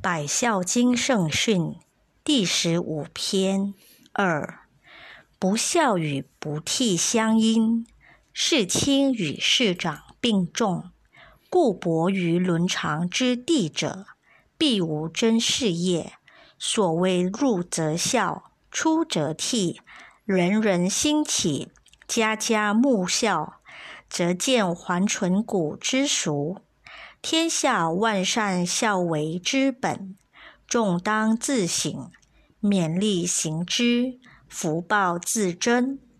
百孝经圣训第15篇2，不孝与不悌相因，事亲与事长并重，故薄于伦常之地者，必无真事业。所谓入则孝，出则悌，人人兴起，家家慕孝，则见还淳古之俗。天下万善孝为之本，众当自省，勉力行之，福报自增。